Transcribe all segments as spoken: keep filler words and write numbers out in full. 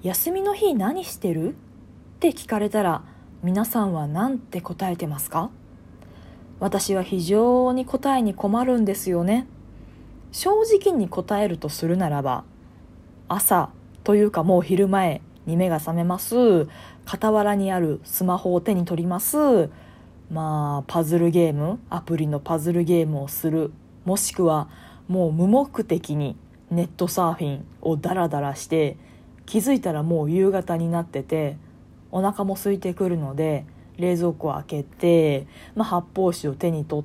休みの日何してるって聞かれたら、皆さんは何て答えてますか？私は非常に答えに困るんですよね。正直に答えるとするならば、朝というかもう昼前に目が覚めます。傍らにあるスマホを手に取ります。まあパズルゲーム、アプリのパズルゲームをする。もしくはもう無目的にネットサーフィンをダラダラして、気づいたらもう夕方になってて、お腹も空いてくるので冷蔵庫を開けて、まあ、発泡酒を手に取って、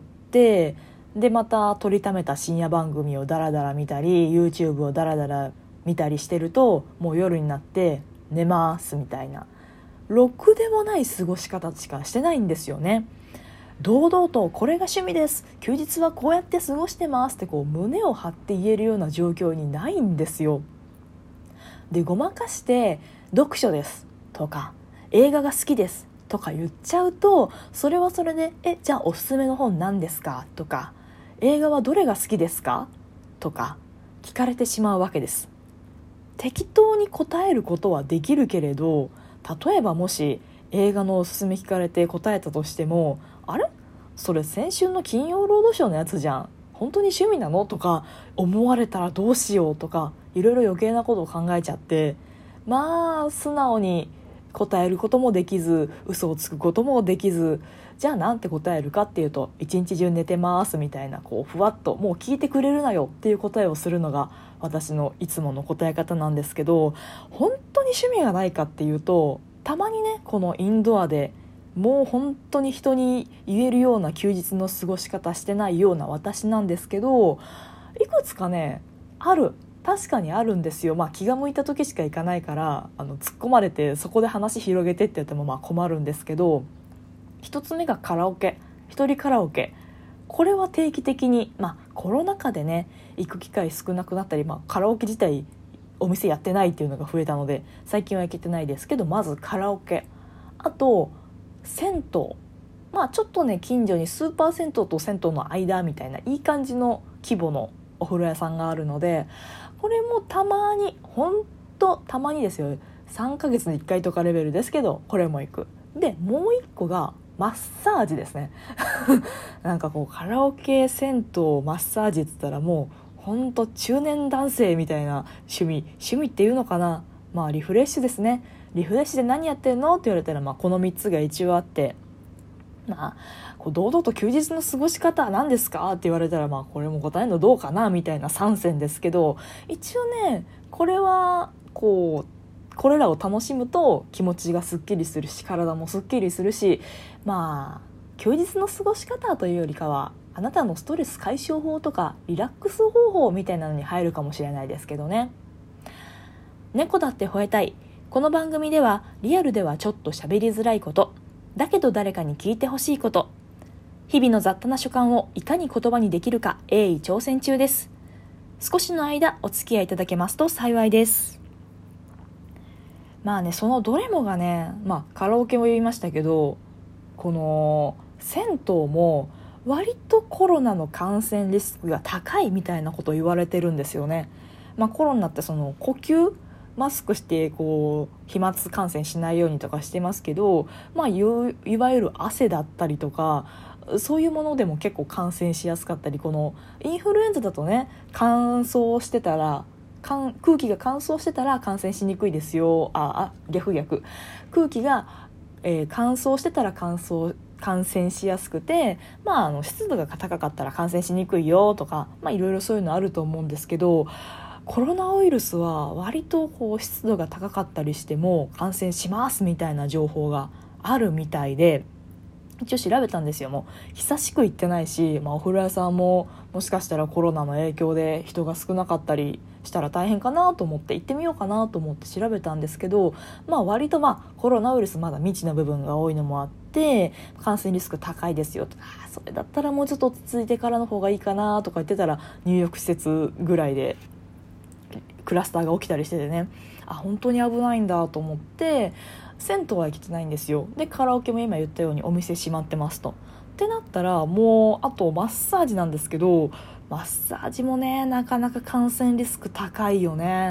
でまた撮りためた深夜番組をダラダラ見たり YouTube をダラダラ見たりしてると、もう夜になって寝ますみたいな、ろくでもない過ごし方しかしてないんですよね。堂々とこれが趣味です、休日はこうやって過ごしてますってこう胸を張って言えるような状況にないんですよ。でごまかして読書ですとか映画が好きですとか言っちゃうと、それはそれでえじゃあおすすめの本何ですかとか、映画はどれが好きですかとか聞かれてしまうわけです。適当に答えることはできるけれど、例えばもし映画のおすすめ聞かれて答えたとしても、あれそれ先週の金曜ロードショーのやつじゃん、本当に趣味なのとか思われたらどうしようとか、いろいろ余計なことを考えちゃって、まあ素直に答えることもできず、嘘をつくこともできず、じゃあなんて答えるかっていうと、一日中寝てますみたいな、こうふわっともう聞いてくれるなよっていう答えをするのが私のいつもの答え方なんですけど、本当に趣味がないかっていうと、たまにねこのインドアでもう本当に人に言えるような休日の過ごし方してないような私なんですけど、いくつかねある、確かにあるんですよ。まあ気が向いた時しか行かないから、あの突っ込まれてそこで話広げてって言ってもまあ困るんですけど、一つ目がカラオケ、一人カラオケ。これは定期的に、まあコロナ禍でね行く機会少なくなったり、まあカラオケ自体お店やってないっていうのが増えたので最近は行けてないですけど、まずカラオケ、あと銭湯、まあちょっとね近所にスーパー銭湯と銭湯の間みたいないい感じの規模のお風呂屋さんがあるので、これもたまに、ほんとたまにですよ、さんかげつにいっかいとかレベルですけど、これも行く。でもう一個がマッサージですねなんかこうカラオケ、銭湯、マッサージって言ったらもうほんと中年男性みたいな趣味趣味っていうのかな、まあリフレッシュですね。リフレッシュで何やってんのって言われたら、まあこのみっつが一応あって、まあ、こう堂々と休日の過ごし方は何ですかって言われたら、まあこれも答えるのどうかなみたいなさん選ですけど、一応ねこれはこうこれらを楽しむと気持ちがすっきりするし、体もすっきりするし、まあ休日の過ごし方というよりかはあなたのストレス解消法とかリラックス方法みたいなのに入るかもしれないですけどね。猫だって吠えたい。この番組ではリアルではちょっと喋りづらいこと、だけど誰かに聞いてほしいこと、日々の雑多な所感をいかに言葉にできるか鋭意挑戦中です。少しの間お付き合いいただけますと幸いです。まあね、そのどれもがね、まあカラオケも言いましたけど、この銭湯も割とコロナの感染リスクが高いみたいなことを言われてるんですよね。まあコロナってその呼吸マスクしてこう飛沫感染しないようにとかしてますけど、まあ、いわゆる汗だったりとかそういうものでも結構感染しやすかったり、このインフルエンザだとね乾燥してたら空気が乾燥してたら感染しにくいですよ。ああ逆逆空気が、えー、乾燥してたら乾燥感染しやすくて、まあ、あの湿度が高かったら感染しにくいよとか、まあ、いろいろそういうのあると思うんですけど、コロナウイルスは割とこう湿度が高かったりしても感染しますみたいな情報があるみたいで、一応調べたんですよ。もう久しく行ってないし、まあ、お風呂屋さんももしかしたらコロナの影響で人が少なかったりしたら大変かなと思って行ってみようかなと思って調べたんですけど、まあ、割とまあコロナウイルスまだ未知な部分が多いのもあって感染リスク高いですよと、あそれだったらもうちょっと落ち着いてからの方がいいかなとか言ってたら、入浴施設ぐらいでクラスターが起きたりしててね、あ本当に危ないんだと思って銭湯は行けてないんですよ。でカラオケも今言ったようにお店閉まってますと。ってなったらもうあとマッサージなんですけど、マッサージもねなかなか感染リスク高いよね。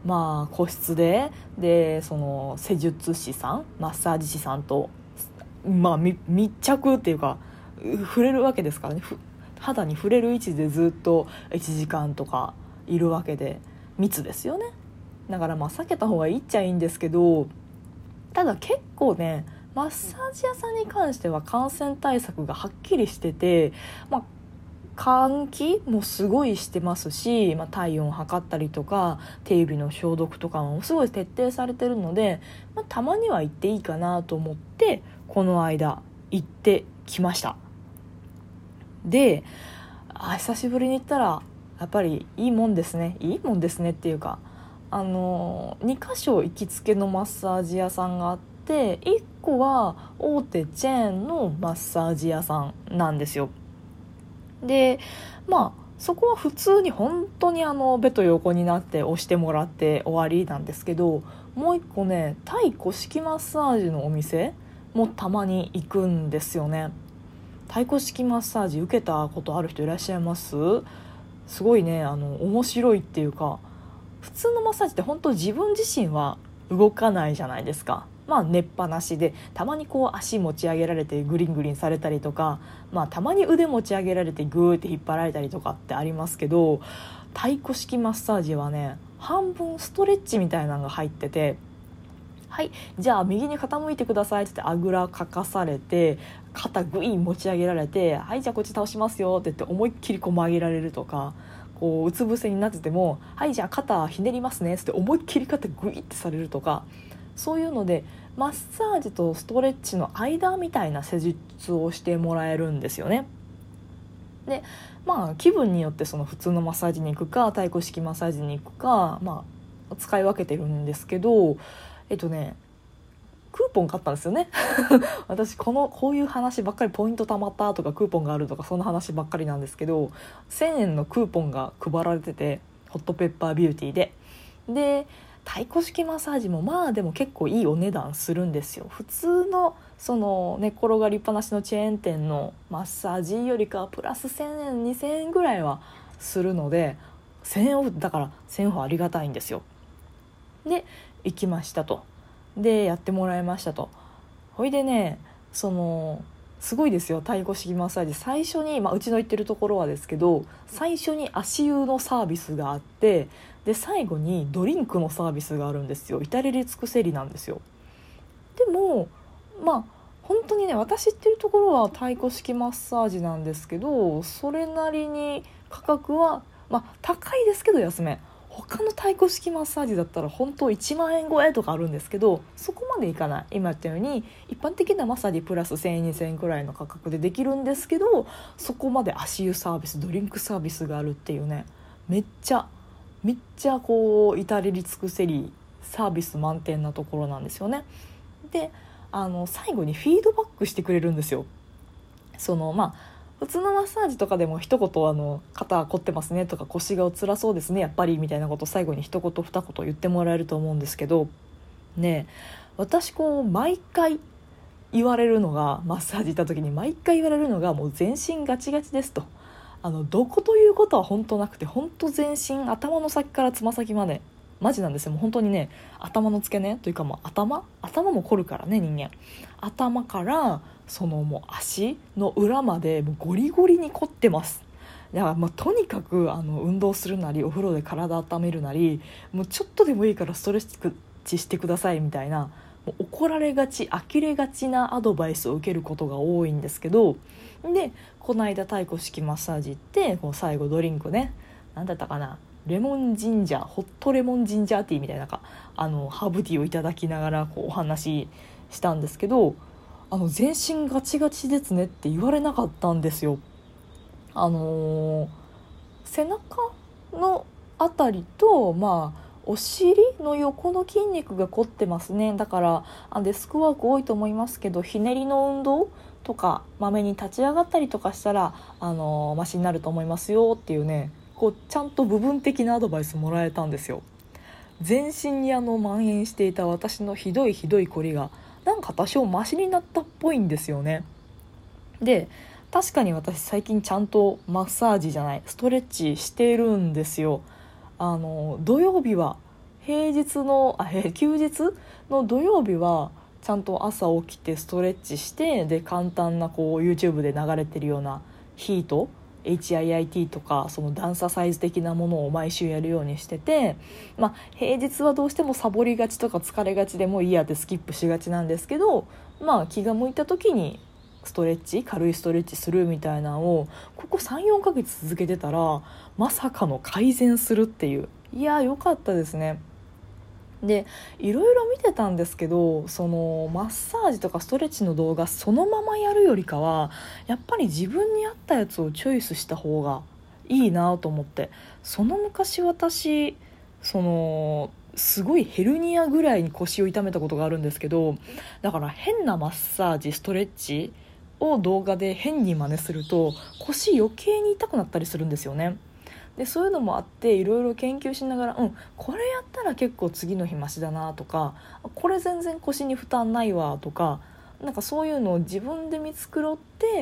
まあ個室ででその施術師さんマッサージ師さんと、まあ、密着っていうか触れるわけですからね。肌に触れる位置でずっといちじかんとかいるわけで密ですよね。だからまあ避けた方がいいっちゃいいんですけど、ただ結構ねマッサージ屋さんに関しては感染対策がはっきりしてて、まあ換気もすごいしてますし、まあ、体温を測ったりとか手指の消毒とかもすごい徹底されてるので、まあ、たまには行っていいかなと思ってこの間行ってきました。で、あ久しぶりに行ったらやっぱりいいもんですねいいもんですねっていうか、あのにかしょ行きつけのマッサージ屋さんがあって、いっこは大手チェーンのマッサージ屋さんなんですよ。でまあそこは普通に本当にあのベッド横になって押してもらって終わりなんですけど、もう一個ねタイ古式マッサージのお店もたまに行くんですよね。タイ古式マッサージ受けたことある人いらっしゃいます？すごいねあの面白いっていうか、普通のマッサージって本当自分自身は動かないじゃないですか。まあ寝っぱなしでたまにこう足持ち上げられてグリングリンされたりとか、まあたまに腕持ち上げられてグーって引っ張られたりとかってありますけど、太鼓式マッサージはね半分ストレッチみたいなのが入ってて、はいじゃあ右に傾いてくださいって言ってあぐらかかされて肩グイン持ち上げられて、はいじゃあこっち倒しますよって言って思いっきりこう曲げられるとか、こううつ伏せになっててもはいじゃあ肩ひねりますねって思いっきり肩グイってされるとか、そういうのでマッサージとストレッチの間みたいな施術をしてもらえるんですよね。でまあ気分によってその普通のマッサージに行くか太鼓式マッサージに行くか、まあ使い分けてるんですけど、えっとねクーポン買ったんですよね私このこういう話ばっかり、ポイント貯まったとかクーポンがあるとかそんな話ばっかりなんですけど、せんえんのクーポンが配られててホットペッパービューティーでで太鼓式マッサージもまあでも結構いいお値段するんですよ。普通のその寝転がりっぱなしのチェーン店のマッサージよりかはプラスせんえんにせんえんぐらいはするので、せんえんオフだからせんえんオフありがたいんですよ。で行きましたと。でやってもらいましたと。ほいでねそのすごいですよ太鼓式マッサージ。最初に、まあ、うちの行ってるところはですけど、最初に足湯のサービスがあって、で最後にドリンクのサービスがあるんですよ。至れり尽くせりなんですよ。でもまあ本当にね私行ってるところは太鼓式マッサージなんですけど、それなりに価格は、まあ、高いですけど安め。他の太鼓式マッサージだったら本当いちまんえん超えとかあるんですけど、そこまでいかない。今言ったように一般的なマッサージプラスせんえんにせんえんくらいの価格でできるんですけど、そこまで足湯サービスドリンクサービスがあるっていうね、めっちゃめっちゃこう至れり尽くせりサービス満点なところなんですよね。であの最後にフィードバックしてくれるんですよ。そのまあ普通のマッサージとかでも一言あの肩凝ってますねとか腰が辛そうですねやっぱりみたいなことを最後に一言二言言ってもらえると思うんですけどね、私こう毎回言われるのが、マッサージ行った時に毎回言われるのが、もう全身ガチガチですと。あのどこということは本当なくて、本当全身頭の先からつま先までマジなんですよ。もう本当にね頭の付け根というかもう頭頭も凝るからね人間。頭からそのもう足の裏までもうゴリゴリに凝ってます。だからもうとにかくあの運動するなりお風呂で体温めるなり、もうちょっとでもいいからストレッチしてくださいみたいな、もう怒られがち呆れがちなアドバイスを受けることが多いんですけど、でこの間太鼓式マッサージ行ってこう最後ドリンクね、何だったかな、レモンジンジャーホットレモンジンジャーティーみたいな、なんかあのハーブティーをいただきながらこうお話ししたんですけど、あの全身ガチガチですねって言われなかったんですよ。あのー、背中のあたりとまあお尻の横の筋肉が凝ってますね。だからあデスクワーク多いと思いますけど、ひねりの運動とかまめに立ち上がったりとかしたらあのー、マシになると思いますよっていうね、こうちゃんと部分的なアドバイスもらえたんですよ。全身にあの蔓延していた私のひどいひどい凝りがなんか多少マシになったっぽいんですよね。で確かに私最近ちゃんとマッサージじゃないストレッチしてるんですよ。あの土曜日は平日のあ休日の土曜日はちゃんと朝起きてストレッチして、で簡単なこう YouTube で流れてるようなヒート エイチアイアイティー とかその段差サイズ的なものを毎週やるようにしてて、まあ、平日はどうしてもサボりがちとか疲れがちでもういいやってスキップしがちなんですけど、まあ、気が向いた時にストレッチ軽いストレッチするみたいなのをここ さん,よん ヶ月続けてたらまさかの改善するっていう、いや良かったですね。でいろいろ見てたんですけど、そのマッサージとかストレッチの動画そのままやるよりかはやっぱり自分に合ったやつをチョイスした方がいいなと思って、その昔私そのすごいヘルニアぐらいに腰を痛めたことがあるんですけど、だから変なマッサージストレッチを動画で変に真似すると腰余計に痛くなったりするんですよね。でそういうのもあっていろいろ研究しながら、うんこれやったら結構次の日マシだなとか、これ全然腰に負担ないわとか、なんかそういうのを自分で見繕って、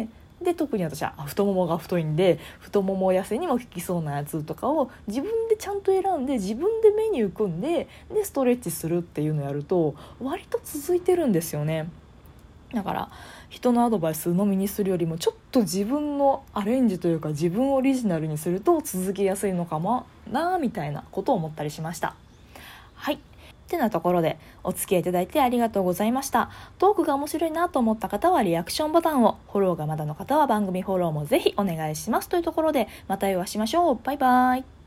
で特に私は太ももが太いんで太もも痩せにも効きそうなやつとかを自分でちゃんと選んで自分でメニュー組んででストレッチするっていうのをやると割と続いてるんですよね。だから人のアドバイス鵜呑みにするよりもちょっと自分のアレンジというか自分オリジナルにすると続けやすいのかもなみたいなことを思ったりしました。はいってなところでお付き合いいただいてありがとうございました。トークが面白いなと思った方はリアクションボタンを、フォローがまだの方は番組フォローもぜひお願いしますというところでまたお会いしましょう。バイバイ。